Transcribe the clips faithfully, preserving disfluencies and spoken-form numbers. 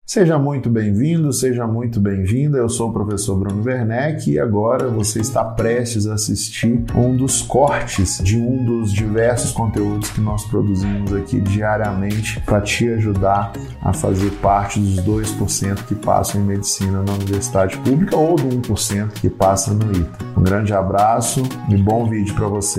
Seja muito bem-vindo, seja muito bem-vinda. Eu sou o professor Bruno Werneck e agora você está prestes a assistir um dos cortes de um dos diversos conteúdos que nós produzimos aqui diariamente para te ajudar a fazer parte dos dois por cento que passam em medicina na universidade pública ou do um por cento que passa no I T A. Um grande abraço e bom vídeo para você.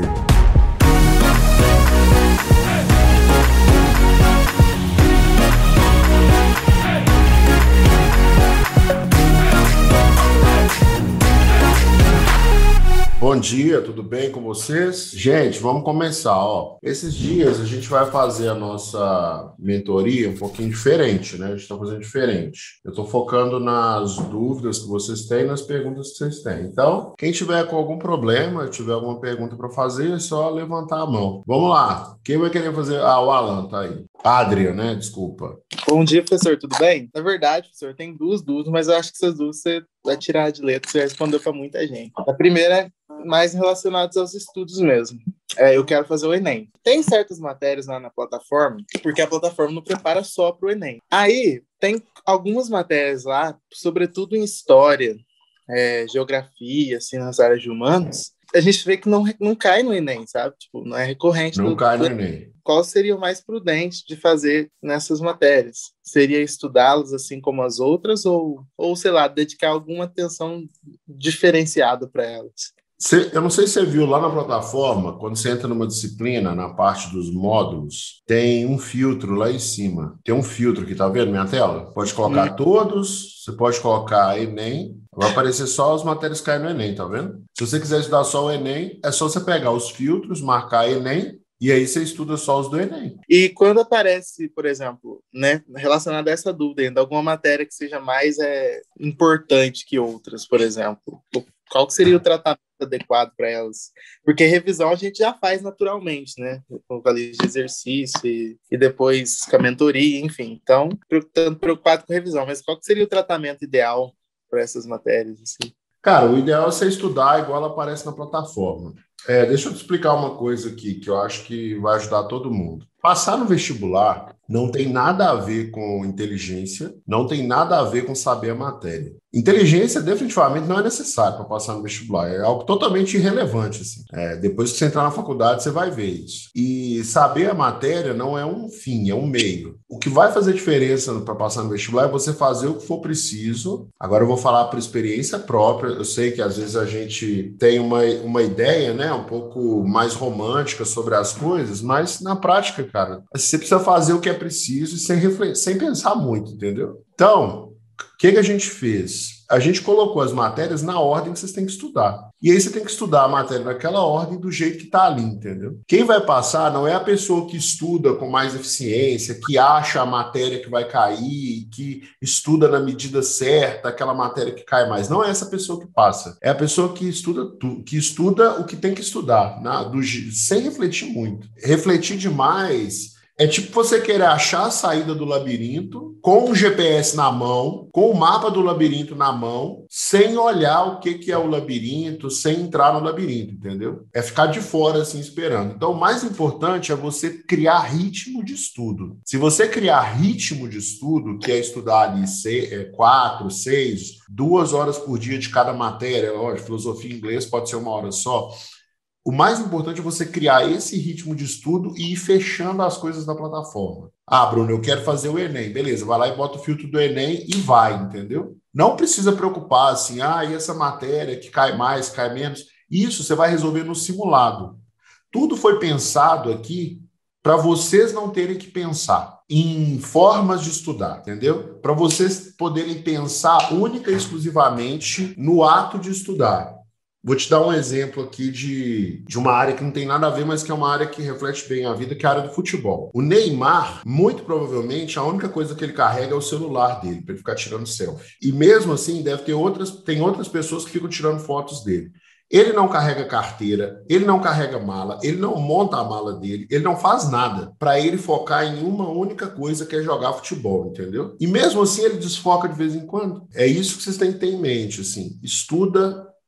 Bom dia, tudo bem com vocês? Gente, vamos começar, ó. Esses dias a gente vai fazer a nossa mentoria um pouquinho diferente, né? A gente está fazendo diferente. Eu estou focando nas dúvidas que vocês têm, nas perguntas que vocês têm. Então, quem tiver com algum problema, tiver alguma pergunta para fazer, é só levantar a mão. Vamos lá. Quem vai querer fazer? Ah, o Alan tá aí. Adria, né? Desculpa. Bom dia, professor, tudo bem? Na verdade, professor, tem duas dúvidas, mas eu acho que essas dúvidas você vai tirar de letra, você respondeu para muita gente. A primeira é mais relacionada aos estudos mesmo. É, eu quero fazer o Enem. Tem certas matérias lá na plataforma, porque a plataforma não prepara só para o Enem. Aí, tem algumas matérias lá, sobretudo em história, é, geografia, assim, nas áreas de humanos, a gente vê que não, não cai no Enem, sabe? Tipo, não é recorrente. Não do, cai no do... Enem. Qual seria o mais prudente de fazer nessas matérias? Seria estudá-las assim como as outras ou, ou, sei lá, dedicar alguma atenção diferenciada para elas? Cê, eu não sei se você viu lá na plataforma, quando você entra numa disciplina, na parte dos módulos, tem um filtro lá em cima. Tem um filtro aqui, tá vendo minha tela? Pode colocar hum. todos, você pode colocar Enem, vai aparecer só as matérias que caem no Enem, tá vendo? Se você quiser estudar só o Enem, é só você pegar os filtros, marcar Enem, e aí você estuda só os do Enem. E quando aparece, por exemplo, né, relacionado a essa dúvida ainda, alguma matéria que seja mais é, importante que outras, por exemplo, qual que seria o tratamento adequado para elas? Porque revisão a gente já faz naturalmente, né? Com a lista de exercício e, e depois com a mentoria, enfim. Então, tanto preocupado com revisão, mas qual que seria o tratamento ideal para essas matérias? Assim? Cara, o ideal é você estudar igual ela aparece na plataforma. É, deixa eu te explicar uma coisa aqui que eu acho que vai ajudar todo mundo. Passar no vestibular não tem nada a ver com inteligência, não tem nada a ver com saber a matéria. Inteligência definitivamente não é necessário para passar no vestibular, é algo totalmente irrelevante. Assim. É, depois que você entrar na faculdade, você vai ver isso. E saber a matéria não é um fim, é um meio. O que vai fazer diferença para passar no vestibular é você fazer o que for preciso. Agora eu vou falar por experiência própria, eu sei que às vezes a gente tem uma, uma ideia, né, um pouco mais romântica sobre as coisas, mas na prática, cara, você precisa fazer o que é preciso e sem, refletir, sem pensar muito, entendeu? Então, o que, que a gente fez? A gente colocou as matérias na ordem que vocês têm que estudar. E aí você tem que estudar a matéria naquela ordem do jeito que está ali, entendeu? Quem vai passar não é a pessoa que estuda com mais eficiência, que acha a matéria que vai cair, que estuda na medida certa, aquela matéria que cai mais. Não é essa pessoa que passa. É a pessoa que estuda, que estuda o que tem que estudar, na, do, sem refletir muito. Refletir demais... É tipo você querer achar a saída do labirinto com o G P S na mão, com o mapa do labirinto na mão, sem olhar o que, que é o labirinto, sem entrar no labirinto, entendeu? É ficar de fora assim esperando. Então, o mais importante é você criar ritmo de estudo. Se você criar ritmo de estudo, que é estudar ali seis, quatro, seis, duas horas por dia de cada matéria, lógico, filosofia e inglês pode ser uma hora só. O mais importante é você criar esse ritmo de estudo e ir fechando as coisas na plataforma. Ah, Bruno, eu quero fazer o Enem. Beleza, vai lá e bota o filtro do Enem e vai, entendeu? Não precisa preocupar assim, ah, e essa matéria que cai mais, cai menos. Isso você vai resolver no simulado. Tudo foi pensado aqui para vocês não terem que pensar em formas de estudar, entendeu? Para vocês poderem pensar única e exclusivamente no ato de estudar. Vou te dar um exemplo aqui de, de uma área que não tem nada a ver, mas que é uma área que reflete bem a vida, que é a área do futebol. O Neymar, muito provavelmente, a única coisa que ele carrega é o celular dele, para ele ficar tirando selfie. E mesmo assim, deve ter outras, tem outras pessoas que ficam tirando fotos dele. Ele não carrega carteira, ele não carrega mala, ele não monta a mala dele, ele não faz nada para ele focar em uma única coisa, que é jogar futebol, entendeu? E mesmo assim ele desfoca de vez em quando. É isso que vocês têm que ter em mente, assim, estuda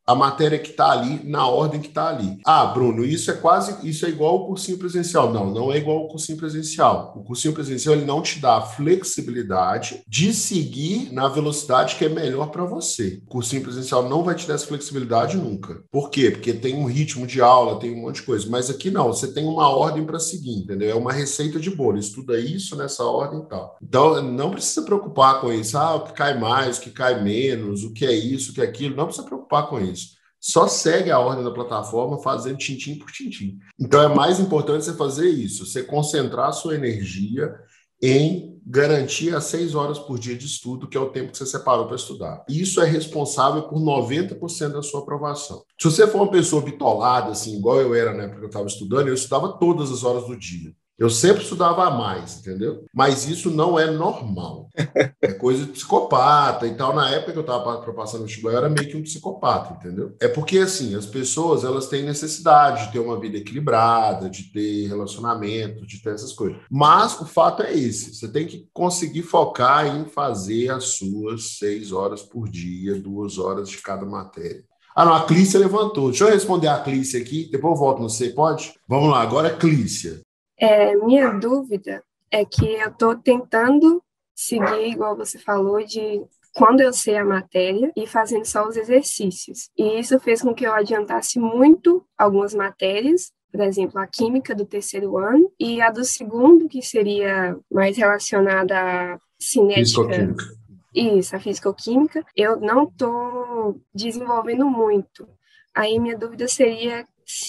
a matéria que está ali na ordem que está ali. Ah, Bruno, isso é quase, isso é igual ao cursinho presencial. Não, não é igual ao cursinho presencial. O cursinho presencial ele não te dá a flexibilidade de seguir na velocidade que é melhor para você. O cursinho presencial não vai te dar essa flexibilidade nunca. Por quê? Porque tem um ritmo de aula, tem um monte de coisa. Mas aqui não, você tem uma ordem para seguir, entendeu? É uma receita de bolo. Estuda isso nessa ordem e tal. Então, não precisa se preocupar com isso. Ah, o que cai mais, o que cai menos, o que é isso, o que é aquilo. Não precisa se preocupar com isso. Só segue a ordem da plataforma fazendo tintim por tintim. Então é mais importante você fazer isso, você concentrar a sua energia em garantir as seis horas por dia de estudo, que é o tempo que você separou para estudar. Isso é responsável por noventa por cento da sua aprovação. Se você for uma pessoa bitolada, assim, igual eu era na época que eu estava estudando, eu estudava todas as horas do dia. Eu sempre estudava a mais, entendeu? Mas isso não é normal. É coisa de psicopata e tal. Na época que eu estava para passar no vestibular, eu era meio que um psicopata, entendeu? É porque, assim, as pessoas, elas têm necessidade de ter uma vida equilibrada, de ter relacionamento, de ter essas coisas. Mas o fato é esse. Você tem que conseguir focar em fazer as suas seis horas por dia, duas horas de cada matéria. Ah, não, a Clícia levantou. Deixa eu responder a Clícia aqui, depois eu volto no você, pode? Vamos lá, agora é Clícia. É, minha dúvida é que eu estou tentando seguir, igual você falou, de quando eu sei a matéria e fazendo só os exercícios. E isso fez com que eu adiantasse muito algumas matérias, por exemplo, a química do terceiro ano e a do segundo, que seria mais relacionada à cinética. Físico-química. Isso, a físico-química. Eu não estou desenvolvendo muito. Aí minha dúvida seria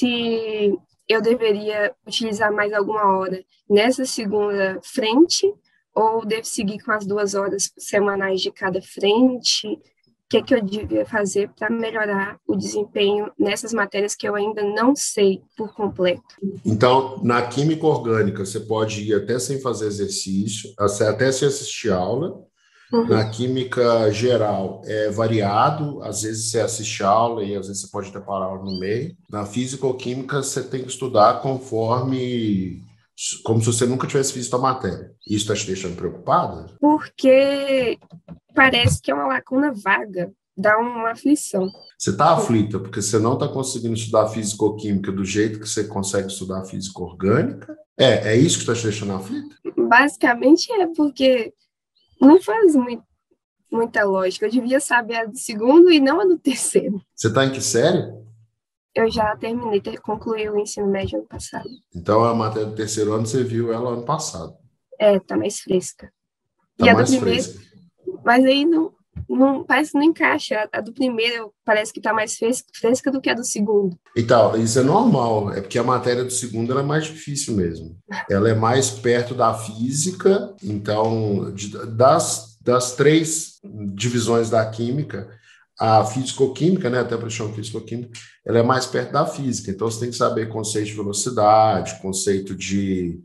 se eu deveria utilizar mais alguma hora nessa segunda frente ou devo seguir com as duas horas semanais de cada frente? O que é que eu devia fazer para melhorar o desempenho nessas matérias que eu ainda não sei por completo? Então, na química orgânica, você pode ir até sem fazer exercício, até sem assistir aula. Uhum. Na química geral é variado, às vezes você assiste aula e às vezes você pode ter parar no meio. Na físico-química você tem que estudar conforme, como se você nunca tivesse visto a matéria. Isso está te deixando preocupada? Porque parece que é uma lacuna vaga, dá uma aflição. Você está aflita porque você não está conseguindo estudar físico-química do jeito que você consegue estudar físico-orgânica? É, é isso que está te deixando aflita? Basicamente é porque não faz muito, muita lógica. Eu devia saber a do segundo e não a do terceiro. Você está em que série? Eu já terminei, concluí o ensino médio ano passado. Então, a matéria do terceiro ano, você viu ela ano passado. É, tá mais fresca. Tá e a mais do primeiro, fresca. Mas aí não, não, parece que não encaixa. A do primeiro parece que tá mais fresca, fresca do que a do segundo. Então, isso é normal. É porque a matéria do segundo ela é mais difícil mesmo. Ela é mais perto da física. Então, de, das, das três divisões da química, a físico-química, né, até para chamar físico-química, ela é mais perto da física. Então, você tem que saber conceito de velocidade, conceito de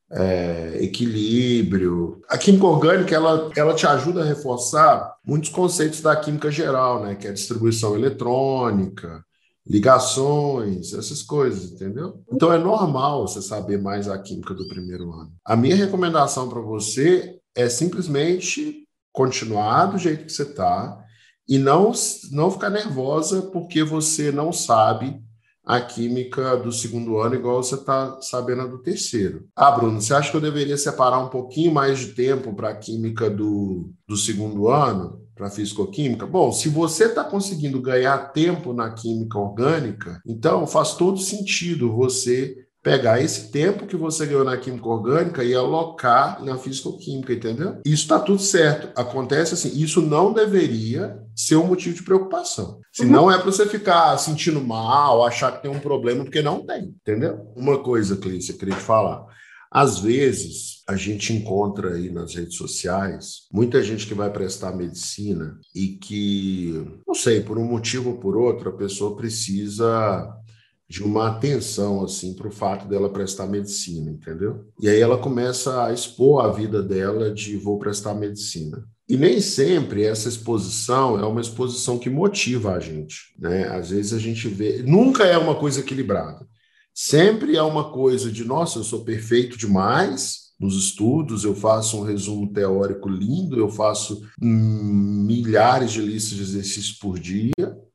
é, equilíbrio. A química orgânica, ela, ela te ajuda a reforçar muitos conceitos da química geral, né, que é a distribuição eletrônica, ligações, essas coisas, entendeu? Então, é normal você saber mais a química do primeiro ano. A minha recomendação para você é simplesmente continuar do jeito que você está, e não, não ficar nervosa porque você não sabe a química do segundo ano igual você está sabendo a do terceiro. Ah, Bruno, você acha que eu deveria separar um pouquinho mais de tempo para a química do, do segundo ano, para a físico-química? Bom, se você está conseguindo ganhar tempo na química orgânica, então faz todo sentido você pegar esse tempo que você ganhou na química orgânica e alocar na físico-química, entendeu? Isso está tudo certo. Acontece assim, isso não deveria ser um motivo de preocupação. Se não é para você ficar sentindo mal, achar que tem um problema, porque não tem, entendeu? Uma coisa, Clícia, eu queria te falar. Às vezes, a gente encontra aí nas redes sociais muita gente que vai prestar medicina e que, não sei, por um motivo ou por outro, a pessoa precisa de uma atenção, assim, para o fato dela prestar medicina, entendeu? E aí ela começa a expor a vida dela de vou prestar medicina. E nem sempre essa exposição é uma exposição que motiva a gente, né? Às vezes a gente vê... Nunca é uma coisa equilibrada. Sempre é uma coisa de, nossa, eu sou perfeito demais nos estudos, eu faço um resumo teórico lindo, eu faço hum, milhares de listas de exercícios por dia.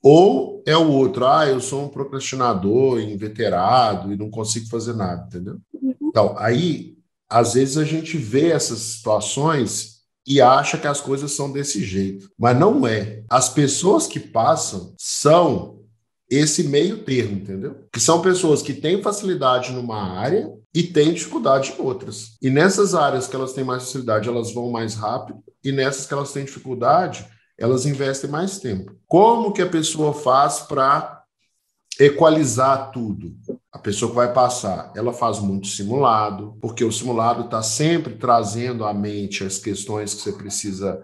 Ou é o outro, ah, eu sou um procrastinador, inveterado e não consigo fazer nada, entendeu? Então, aí, às vezes a gente vê essas situações e acha que as coisas são desse jeito, mas não é. As pessoas que passam são esse meio termo, entendeu? Que são pessoas que têm facilidade numa área e têm dificuldade em outras. E nessas áreas que elas têm mais facilidade, elas vão mais rápido, e nessas que elas têm dificuldade, elas investem mais tempo. Como que a pessoa faz para equalizar tudo? A pessoa que vai passar, ela faz muito simulado, porque o simulado está sempre trazendo à mente as questões que você precisa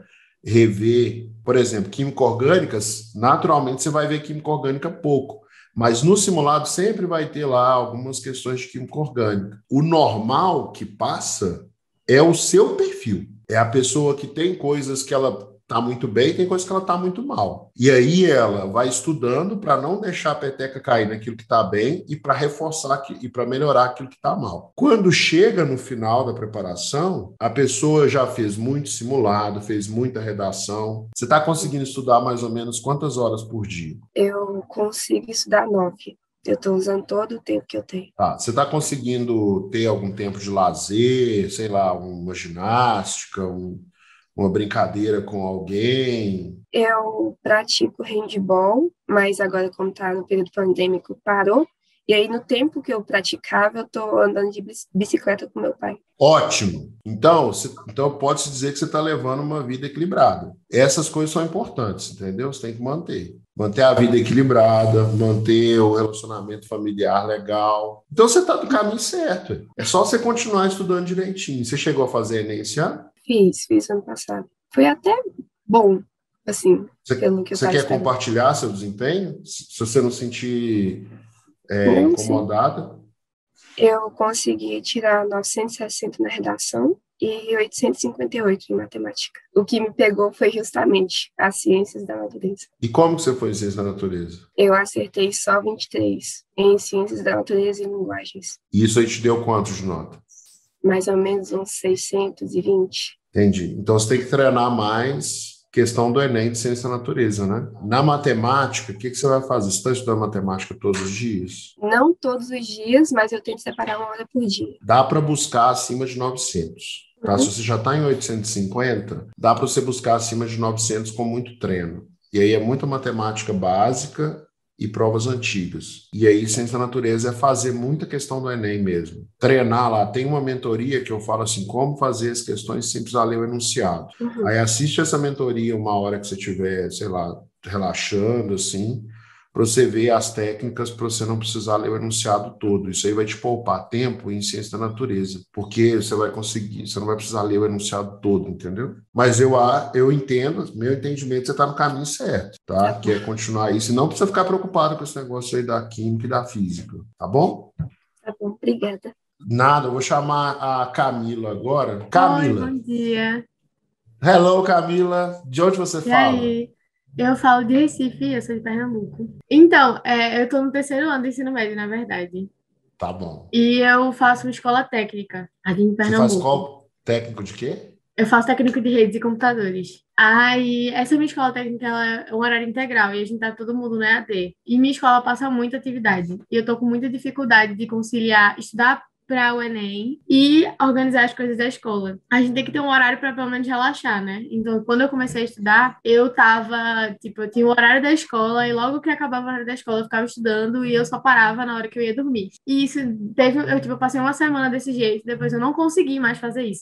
rever. Por exemplo, química orgânicas, naturalmente você vai ver química orgânica pouco, mas no simulado sempre vai ter lá algumas questões de química orgânica. O normal que passa é o seu perfil. É a pessoa que tem coisas que ela está muito bem e tem coisas que ela está muito mal. E aí ela vai estudando para não deixar a peteca cair naquilo que está bem e para reforçar e para melhorar aquilo que está mal. Quando chega no final da preparação, a pessoa já fez muito simulado, fez muita redação. Você está conseguindo estudar mais ou menos quantas horas por dia? Eu consigo estudar nove. Eu estou usando todo o tempo que eu tenho. Tá. Você está conseguindo ter algum tempo de lazer, sei lá, uma ginástica, um uma brincadeira com alguém? Eu pratico handball, mas agora, como está no período pandêmico, parou. E aí, no tempo que eu praticava, eu estou andando de bicicleta com meu pai. Ótimo! Então, você, então pode-se dizer que você está levando uma vida equilibrada. Essas coisas são importantes, entendeu? Você tem que manter. Manter a vida equilibrada, manter o relacionamento familiar legal. Então, você está no caminho certo. É só você continuar estudando direitinho. Você chegou a fazer Enem esse ano? Fiz, fiz ano passado. Foi até bom, assim, você, pelo que eu Você quer esperando. compartilhar seu desempenho? Se você não sentir é, Não, incomodada? Sim. Eu consegui tirar novecentos e sessenta na redação e oitocentos e cinquenta e oito em matemática. O que me pegou foi justamente as ciências da natureza. E como que você foi em ciências da natureza? Eu acertei só vinte e três em ciências da natureza e linguagens. E isso aí te deu quantos de nota? Mais ou menos uns seiscentos e vinte. Entendi. Então você tem que treinar mais questão do Enem de ciência da natureza, né? Na matemática, o que, que você vai fazer? Você está estudando matemática todos os dias? Não todos os dias, mas eu tento separar uma hora por dia. Dá para buscar acima de novecentos. Tá? Uhum. Se você já está em oitocentos e cinquenta, dá para você buscar acima de novecentos com muito treino. E aí é muita matemática básica e provas antigas. E aí, ciência da natureza é fazer muita questão do Enem mesmo. Treinar lá. Tem uma mentoria que eu falo assim, como fazer as questões sem precisar ler o enunciado. Uhum. Aí assiste essa mentoria uma hora que você estiver, sei lá, relaxando, assim, para você ver as técnicas para você não precisar ler o enunciado todo. Isso aí vai te poupar tempo em ciência da natureza, porque você vai conseguir, você não vai precisar ler o enunciado todo, entendeu? Mas eu, eu entendo, meu entendimento, você está no caminho certo, tá? Que é continuar isso e não precisa ficar preocupado com esse negócio aí da química e da física, tá bom? Tá bom, obrigada. Nada, eu vou chamar a Camila agora. Camila. Oi, bom dia. Hello, Camila. De onde você E fala? aí? Eu falo de Recife e eu sou de Pernambuco. Então, é, eu estou no terceiro ano do ensino médio, na verdade. Tá bom. E eu faço uma escola técnica aqui em Você Pernambuco. faz qual técnico de quê? Eu faço técnico de redes e computadores. Aí, essa minha escola técnica, ela é um horário integral e a gente tá todo mundo no E A D. E minha escola passa muita atividade. E eu tô com muita dificuldade de conciliar estudar para o Enem e organizar as coisas da escola. A gente tem que ter um horário para pelo menos relaxar, né? Então, quando eu comecei a estudar, eu tava, tipo, eu tinha o horário da escola e logo que acabava o horário da escola, eu ficava estudando e eu só parava na hora que eu ia dormir. E isso teve, eu, tipo, eu passei uma semana desse jeito, depois eu não consegui mais fazer isso.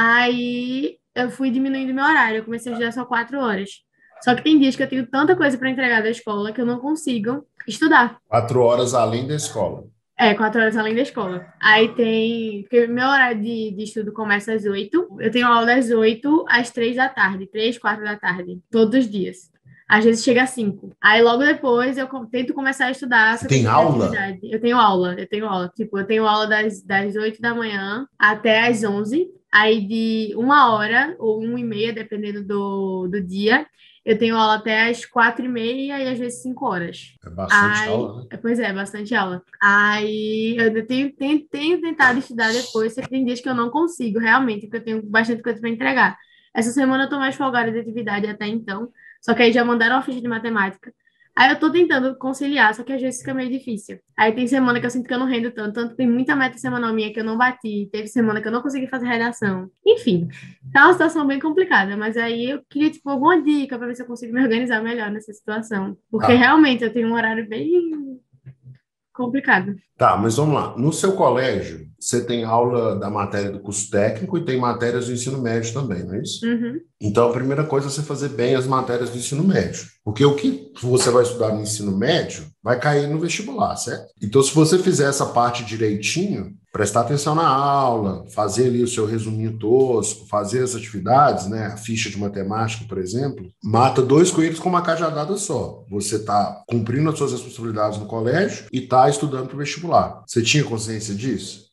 Aí, eu fui diminuindo meu horário, eu comecei a estudar só quatro horas. Só que tem dias que eu tenho tanta coisa para entregar da escola que eu não consigo estudar. Quatro horas além da escola. É, quatro horas além da escola. Aí tem... Porque meu horário de, de estudo começa às oito. Eu tenho aula das oito às três da tarde. Três, quatro da tarde. Todos os dias. Às vezes chega às cinco. Aí logo depois eu tento começar a estudar. Você tem aula? Eu tenho aula. Eu tenho aula. Tipo, eu tenho aula das, das oito da manhã até às onze. Aí de uma hora ou uma e meia, dependendo do, do dia... Eu tenho aula até às quatro e meia e às vezes cinco horas. É bastante Aí, aula, né? Pois é, bastante aula. Aí eu tenho, tenho, tenho tentado estudar depois, só que tem dias que eu não consigo, realmente, porque eu tenho bastante coisa para entregar. Essa semana eu tô mais folgada de atividade até então, só que aí já mandaram uma ficha de matemática. Aí eu tô tentando conciliar, só que às vezes fica meio difícil. Aí tem semana que eu sinto que eu não rendo tanto, tanto que tem muita meta semanal minha que eu não bati, teve semana que eu não consegui fazer redação. Enfim, tá uma situação bem complicada, mas aí eu queria, tipo, alguma dica para ver se eu consigo me organizar melhor nessa situação. Porque Tá. realmente eu tenho um horário bem complicado. Tá, mas vamos lá. No seu colégio, você tem aula da matéria do curso técnico e tem matérias do ensino médio também, não é isso? Uhum. Então, a primeira coisa é você fazer bem as matérias do ensino médio. Porque o que você vai estudar no ensino médio vai cair no vestibular, certo? Então, se você fizer essa parte direitinho, prestar atenção na aula, fazer ali o seu resuminho tosco, fazer as atividades, né? A ficha de matemática, por exemplo, mata dois coelhos com uma cajadada só. Você está cumprindo as suas responsabilidades no colégio e está estudando para o vestibular. Você tinha consciência disso?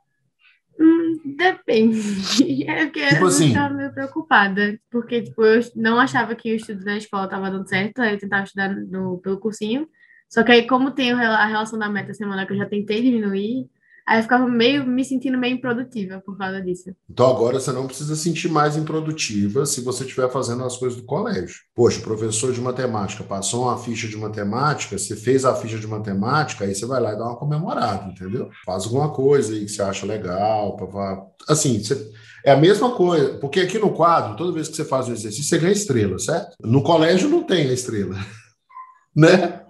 Hum, depende. É porque Tipo eu assim, ficava meio preocupada, porque tipo, eu não achava que o estudo na escola estava dando certo, aí eu tentava estudar no, pelo cursinho. Só que aí, como tem o rela- a relação da meta semanal que eu já tentei diminuir, aí eu ficava meio me sentindo meio improdutiva por causa disso. então agora você não precisa sentir mais improdutiva se você estiver fazendo as coisas do colégio. Poxa, o professor de matemática passou uma ficha de matemática, você fez a ficha de matemática, aí você vai lá e dá uma comemorada, entendeu? Faz alguma coisa aí que você acha legal. Pra, pra- assim, você- é a mesma coisa, porque aqui no quadro, toda vez que você faz um exercício, você ganha estrela, certo? No colégio não tem a estrela, né?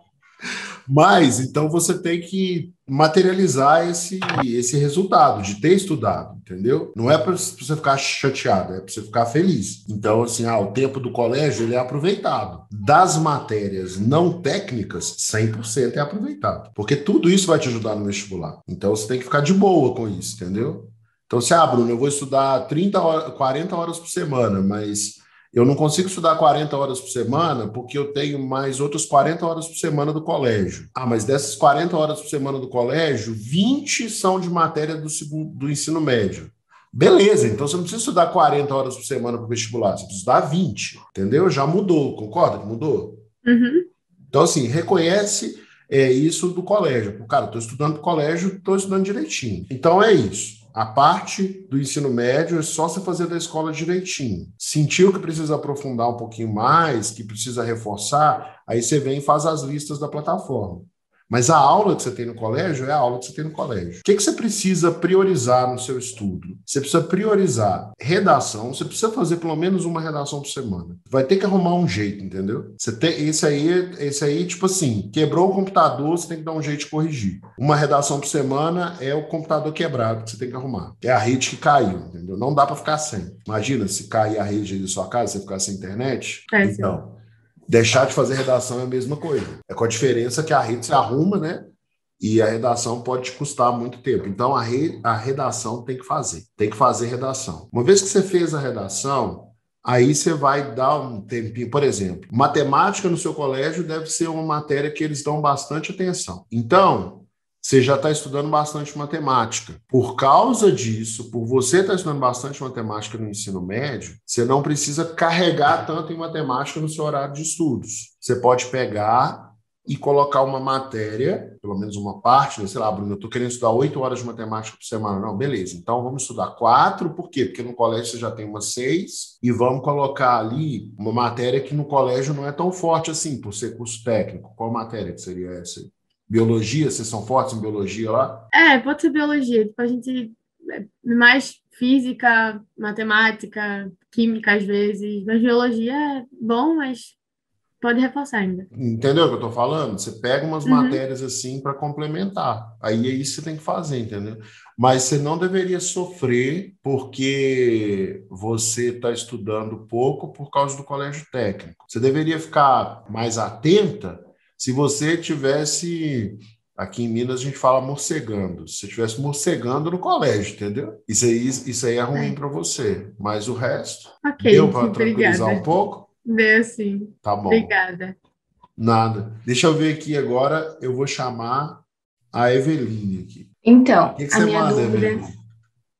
Mas, então, você tem que materializar esse, esse resultado de ter estudado, entendeu? Não é para você ficar chateado, é para você ficar feliz. Então, assim, ah, o tempo do colégio ele é aproveitado. Das matérias não técnicas, cem por cento é aproveitado. Porque tudo isso vai te ajudar no vestibular. Então, você tem que ficar de boa com isso, entendeu? Então, se, ah, Bruno, eu vou estudar trinta horas, quarenta horas por semana, mas eu não consigo estudar quarenta horas por semana porque eu tenho mais outras quarenta horas por semana do colégio. Ah, mas dessas quarenta horas por semana do colégio, vinte são de matéria do, segundo, do ensino médio. Beleza, então você não precisa estudar quarenta horas por semana para o vestibular, você precisa estudar vinte, entendeu? Já mudou, concorda que mudou? Uhum. Então, assim, reconhece é, isso do colégio. Cara, estou estudando para o colégio, estou estudando direitinho. Então, é isso. A parte do ensino médio é só você fazer da escola direitinho. Sentiu que precisa aprofundar um pouquinho mais, que precisa reforçar, aí você vem e faz as listas da plataforma. Mas a aula que você tem no colégio é a aula que você tem no colégio. O que, que você precisa priorizar no seu estudo? Você precisa priorizar redação, você precisa fazer pelo menos uma redação por semana. Vai ter que arrumar um jeito, entendeu? Você tem, esse aí, esse aí, tipo assim, quebrou o computador, você tem que dar um jeito de corrigir. Uma redação por semana é o computador quebrado que você tem que arrumar. É a rede que caiu, entendeu? Não dá para ficar sem. Imagina se cair a rede aí da sua casa, você ficar sem internet. É, sim. Então, deixar de fazer redação é a mesma coisa. É com a diferença que a rede se arruma, né? E a redação pode te custar muito tempo. Então, a, re, a redação tem que fazer. Tem que fazer redação. Uma vez que você fez a redação, aí você vai dar um tempinho. Por exemplo, matemática no seu colégio deve ser uma matéria que eles dão bastante atenção. Então, você já está estudando bastante matemática. Por causa disso, por você estar estudando bastante matemática no ensino médio, você não precisa carregar tanto em matemática no seu horário de estudos. Você pode pegar e colocar uma matéria, pelo menos uma parte, né? Sei lá, Bruno, eu estou querendo estudar oito horas de matemática por semana. Não, beleza. Então vamos estudar quatro, por quê? Porque no colégio você já tem umas seis, e vamos colocar ali uma matéria que no colégio não é tão forte assim, por ser curso técnico. Qual matéria que seria essa aí? Biologia, vocês são fortes em biologia lá? É, pode ser biologia. Tipo, a gente é mais física, matemática, química às vezes. Mas biologia é bom, mas pode reforçar ainda. Entendeu o que eu estou falando? Você pega umas Uhum. matérias assim para complementar. Aí é isso que você tem que fazer, entendeu? Mas você não deveria sofrer porque você está estudando pouco por causa do colégio técnico. Você deveria ficar mais atenta se você tivesse. Aqui em Minas a gente fala morcegando. Se você estivesse morcegando no colégio, entendeu? Isso aí, isso aí é ruim É. para você. Mas o resto, deu Ok, para tranquilizar um obrigada. pouco? Deu sim. Tá bom. Obrigada. Nada. Deixa eu ver aqui agora. Eu vou chamar a Eveline aqui. O Então, que que a você minha manda, dúvida Eveline?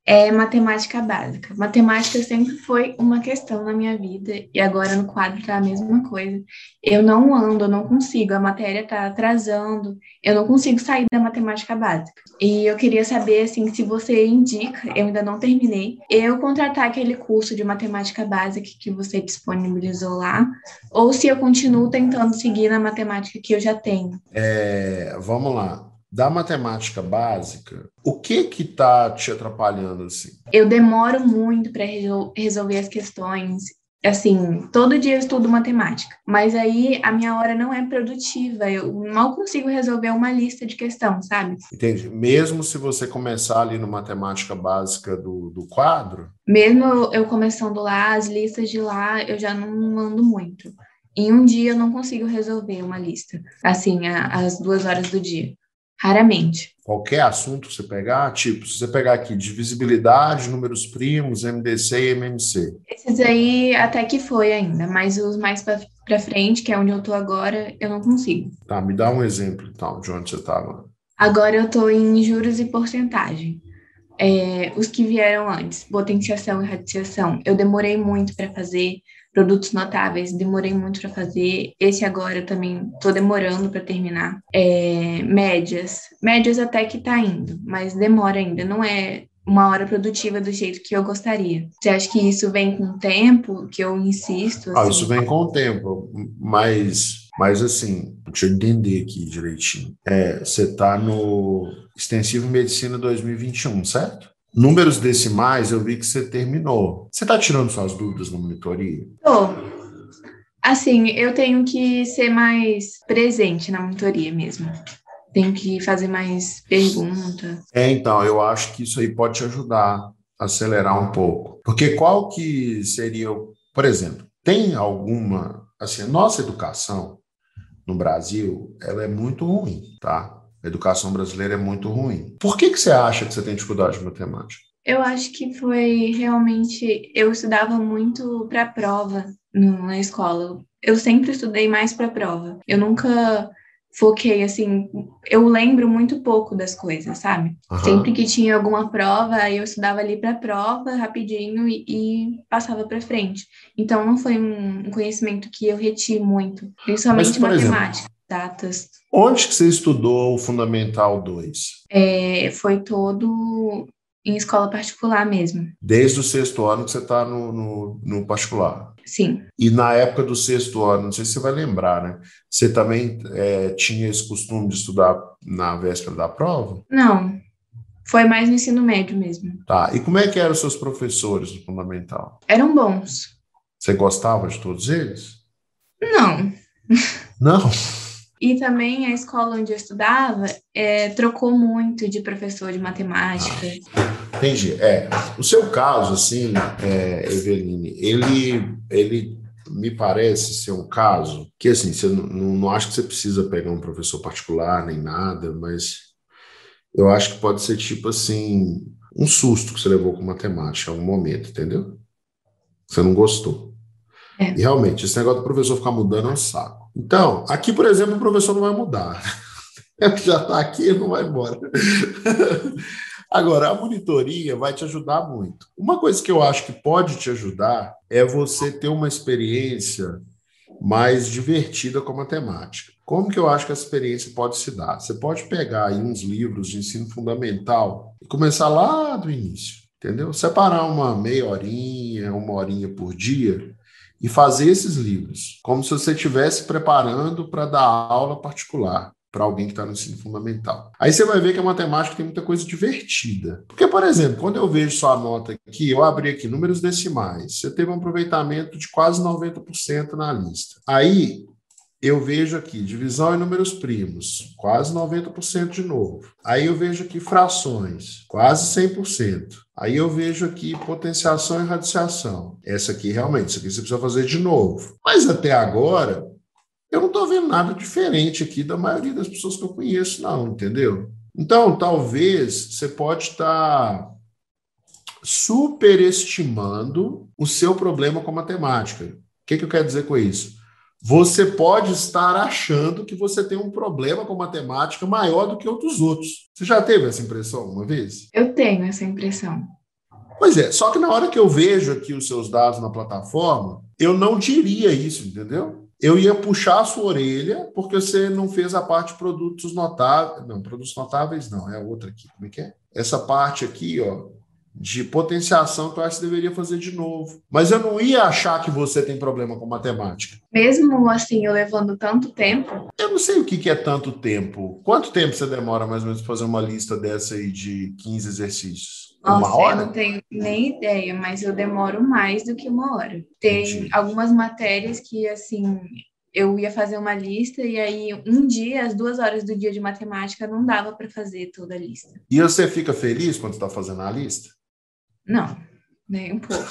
É matemática básica. Matemática sempre foi uma questão na minha vida e agora no quadro tá a mesma coisa. Eu não ando, eu não consigo, a matéria tá atrasando, eu não consigo sair da matemática básica. E eu queria saber, assim, se você indica, eu ainda não terminei, eu contratar aquele curso de matemática básica que você disponibilizou lá, ou se eu continuo tentando seguir na matemática que eu já tenho. É, vamos lá. Da matemática básica, o que que tá te atrapalhando assim? Eu demoro muito para resolver as questões. Assim, todo dia eu estudo matemática, mas aí a minha hora não é produtiva. Eu mal consigo resolver uma lista de questão, sabe? Entendi. Mesmo se você começar ali no matemática básica do, do quadro, Mesmo eu eu começando lá, as listas de lá, eu já não ando muito. Em um dia eu não consigo resolver uma lista, assim, a- às duas horas do dia. Raramente. qualquer assunto que você pegar, tipo, se você pegar aqui divisibilidade, números primos, M D C e M M C. Esses aí até que foi ainda, mas os mais pra pra frente, que é onde eu tô agora, eu não consigo. Tá, me dá um exemplo, então, de onde você está agora. Agora eu tô em juros e porcentagem. É, os que vieram antes, potenciação e radiciação, eu demorei muito para fazer. Produtos notáveis, demorei muito para fazer. Esse agora eu também tô demorando para terminar. É, médias, médias até que tá indo, mas demora ainda. Não é uma hora produtiva do jeito que eu gostaria. Você acha que isso vem com o tempo, que eu insisto, Ah, isso assim? vem com o tempo, mas, mas assim, deixa eu entender aqui direitinho. É, você está no Extensivo Medicina dois mil e vinte e um, certo? Números decimais, eu vi que você terminou. Você está tirando suas dúvidas na monitoria? Tô. Assim, eu tenho que ser mais presente na monitoria mesmo. Tenho que fazer mais perguntas. É, então, eu acho que isso aí pode te ajudar a acelerar um pouco. Porque qual que seria, o- por exemplo, tem alguma, assim, a nossa educação no Brasil, ela é muito ruim, tá? A educação brasileira é muito ruim. Por que que você acha que você tem dificuldade de matemática? Eu acho que foi realmente. Eu estudava muito para prova no- na escola. Eu sempre estudei mais para prova. Eu nunca foquei assim. Eu lembro muito pouco das coisas, sabe? Sempre Aham. que tinha alguma prova, aí eu estudava ali para prova rapidinho e, e passava para frente. Então não foi um, um conhecimento que eu reti muito, Mas, principalmente por exemplo, matemática, datas. onde que você estudou o Fundamental dois? É, foi todo em escola particular mesmo. Desde o sexto ano que você está no, no, no particular. Sim. E na época do sexto ano, não sei se você vai lembrar, né? Você também é, tinha esse costume de estudar na véspera da prova? Não, foi mais no ensino médio mesmo. Tá. E como é que eram os seus professores do Fundamental? Eram bons. Você gostava de todos eles? Não. Não. E também a escola onde eu estudava é, trocou muito de professor de matemática. Entendi. É, o seu caso, assim, é, Eveline, ele, ele me parece ser um caso que, assim, você não, não, não acho que você precisa pegar um professor particular nem nada, mas eu acho que pode ser tipo assim, um susto que você levou com matemática em algum momento, entendeu? Você não gostou. E É. realmente, esse negócio do professor ficar mudando é um saco. Então, aqui, por exemplo, o professor não vai mudar. Ele já está aqui, ele não vai embora. Agora, a monitoria vai te ajudar muito. Uma coisa que eu acho que pode te ajudar é você ter uma experiência mais divertida com a matemática. Como que eu acho que essa experiência pode se dar? Você pode pegar aí uns livros de ensino fundamental e começar lá do início, entendeu? Separar uma meia horinha, uma horinha por dia e fazer esses livros, como se você estivesse preparando para dar aula particular para alguém que está no ensino fundamental. Aí você vai ver que a matemática tem muita coisa divertida. Porque, por exemplo, quando eu vejo sua nota aqui, eu abri aqui números decimais, você teve um aproveitamento de quase noventa por cento na lista. Aí eu vejo aqui divisão em números primos, quase noventa por cento de novo. Aí eu vejo aqui frações, quase cem por cento. Aí eu vejo aqui potenciação e radiciação. Essa aqui realmente, isso aqui você precisa fazer de novo. Mas até agora, eu não estou vendo nada diferente aqui da maioria das pessoas que eu conheço, não, entendeu? Então, talvez você pode estar superestimando o seu problema com a matemática. O que, que eu quero dizer com isso? Você pode estar achando que você tem um problema com matemática maior do que outros outros. Você já teve essa impressão uma vez? Eu tenho essa impressão. Pois é, só que na hora que eu vejo aqui os seus dados na plataforma, eu não diria isso, entendeu? Eu ia puxar a sua orelha porque você não fez a parte de produtos notáveis. Não, produtos notáveis não, é a outra aqui. Como é que é? Essa parte aqui, ó, de potenciação que eu acho que você deveria fazer de novo. Mas eu não ia achar que você tem problema com matemática. Mesmo assim, eu levando tanto tempo? Eu não sei o que é tanto tempo. Quanto tempo você demora mais ou menos para fazer uma lista dessa aí de quinze exercícios? Uma Nossa, hora? eu não tenho nem ideia, mas eu demoro mais do que uma hora. Tem Entendi. algumas matérias que, assim, eu ia fazer uma lista e aí um dia, as duas horas do dia de matemática, não dava para fazer toda a lista. E você fica feliz quando está fazendo a lista? Não, nem um pouco.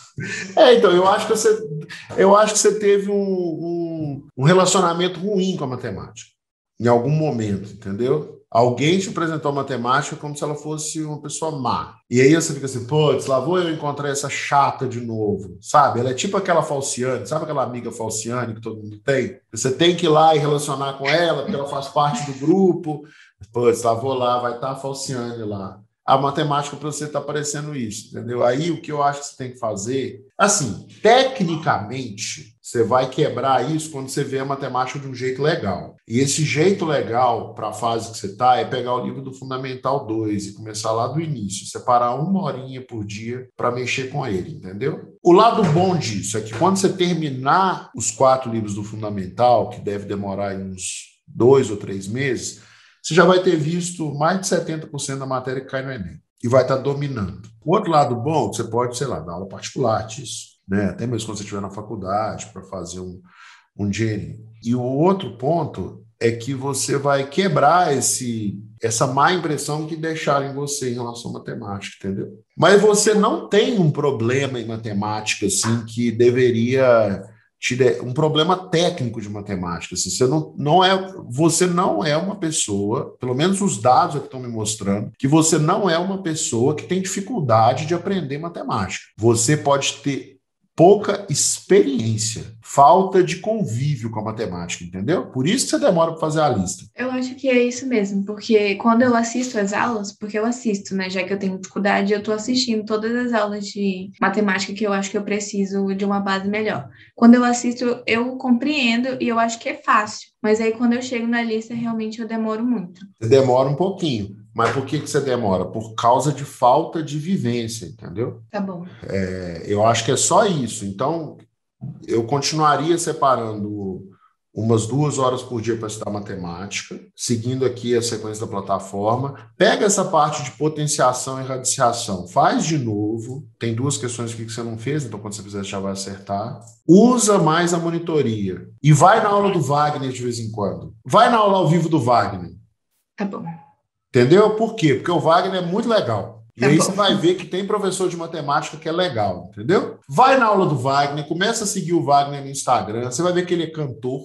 É, então, eu acho que você, eu acho que você teve um, um, um relacionamento ruim com a matemática, em algum momento, entendeu? Alguém te apresentou a matemática como se ela fosse uma pessoa má. E aí você fica assim, putz, lá vou eu encontrar essa chata de novo, sabe? Ela é tipo aquela falciane, sabe aquela amiga falciane que todo mundo tem? Você tem que ir lá e relacionar com ela, porque ela faz parte do grupo. Putz, lá vou lá, vai estar a falciane lá. A matemática para você está parecendo isso, entendeu? Aí o que eu acho que você tem que fazer, assim, tecnicamente, você vai quebrar isso quando você vê a matemática de um jeito legal. E esse jeito legal para a fase que você está é pegar o livro do Fundamental dois e começar lá do início, separar uma horinha por dia para mexer com ele, entendeu? O lado bom disso é que quando você terminar os quatro livros do Fundamental, que deve demorar uns dois ou três meses, você já vai ter visto mais de setenta por cento da matéria que cai no Enem e vai estar dominando. O outro lado bom, você pode, sei lá, dar aula particular disso, né? Até mesmo quando você estiver na faculdade para fazer um, um dinheirinho. E o outro ponto é que você vai quebrar esse, essa má impressão que deixaram em você em relação à matemática, entendeu? Mas você não tem um problema em matemática assim que deveria... um problema técnico de matemática. Assim, você, não, não é, você não é uma pessoa, pelo menos os dados que estão me mostrando, que você não é uma pessoa que tem dificuldade de aprender matemática. Você pode ter pouca experiência, falta de convívio com a matemática, entendeu? Por isso que você demora para fazer a lista. Eu acho que é isso mesmo, porque quando eu assisto as aulas, porque eu assisto, né, já que eu tenho dificuldade, eu estou assistindo todas as aulas de matemática que eu acho que eu preciso de uma base melhor. Quando eu assisto, eu compreendo e eu acho que é fácil, mas aí quando eu chego na lista, realmente eu demoro muito. Você demora um pouquinho. Mas por que que você demora? Por causa de falta de vivência, entendeu? Tá bom. É, eu acho que é só isso. Então, eu continuaria separando umas duas horas por dia para estudar matemática, seguindo aqui a sequência da plataforma. Pega essa parte de potenciação e radiciação, faz de novo. Tem duas questões aqui que você não fez, então quando você fizer, você já vai acertar. Usa mais a monitoria. E vai na aula do Wagner de vez em quando. Vai na aula ao vivo do Wagner. Tá bom. Entendeu? Por quê? Porque o Wagner é muito legal. E Tá aí bom. você vai ver que tem professor de matemática que é legal, entendeu? Vai na aula do Wagner, começa a seguir o Wagner no Instagram, você vai ver que ele é cantor.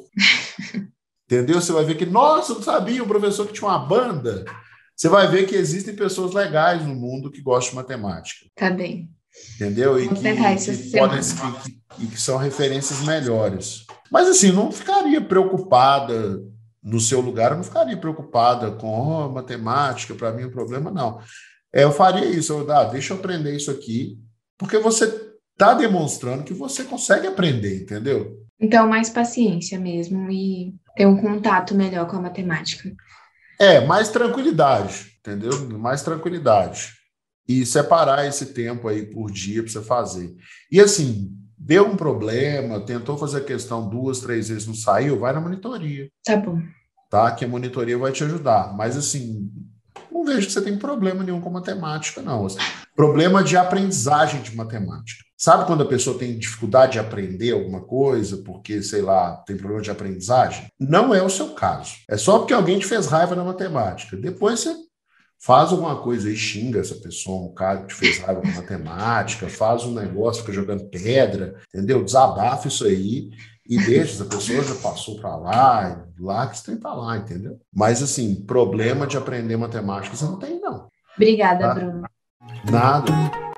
Entendeu? Você vai ver que, nossa, eu não sabia, um professor que tinha uma banda. Você vai ver que existem pessoas legais no mundo que gostam de matemática. Tá bem. Entendeu? E Vou que, tentar essa que, podem, semana. que, e que são referências melhores. Mas assim, não ficaria preocupada no seu lugar, eu não ficaria preocupada com oh, matemática, para mim o problema não. É, eu faria isso, eu, ah, deixa eu aprender isso aqui, porque você está demonstrando que você consegue aprender, entendeu? Então, mais paciência mesmo e ter um contato melhor com a matemática. É, mais tranquilidade, entendeu? Mais tranquilidade. E separar esse tempo aí por dia para você fazer. E assim, deu um problema, tentou fazer a questão duas, três vezes, não saiu, vai na monitoria. Tá bom. Tá? Que a monitoria vai te ajudar. Mas assim, não vejo que você tem problema nenhum com matemática, não. Problema de aprendizagem de matemática. Sabe quando a pessoa tem dificuldade de aprender alguma coisa porque, sei lá, tem problema de aprendizagem? Não é o seu caso. É só porque alguém te fez raiva na matemática. Depois você faz alguma coisa e xinga essa pessoa, um cara que te fez raiva com matemática, faz um negócio, fica jogando pedra, entendeu? Desabafa isso aí e deixa, essa pessoa já passou para lá, lá que você tem para lá, entendeu? Mas, assim, problema de aprender matemática você não tem, não. Obrigada, Tá? Bruno. Nada.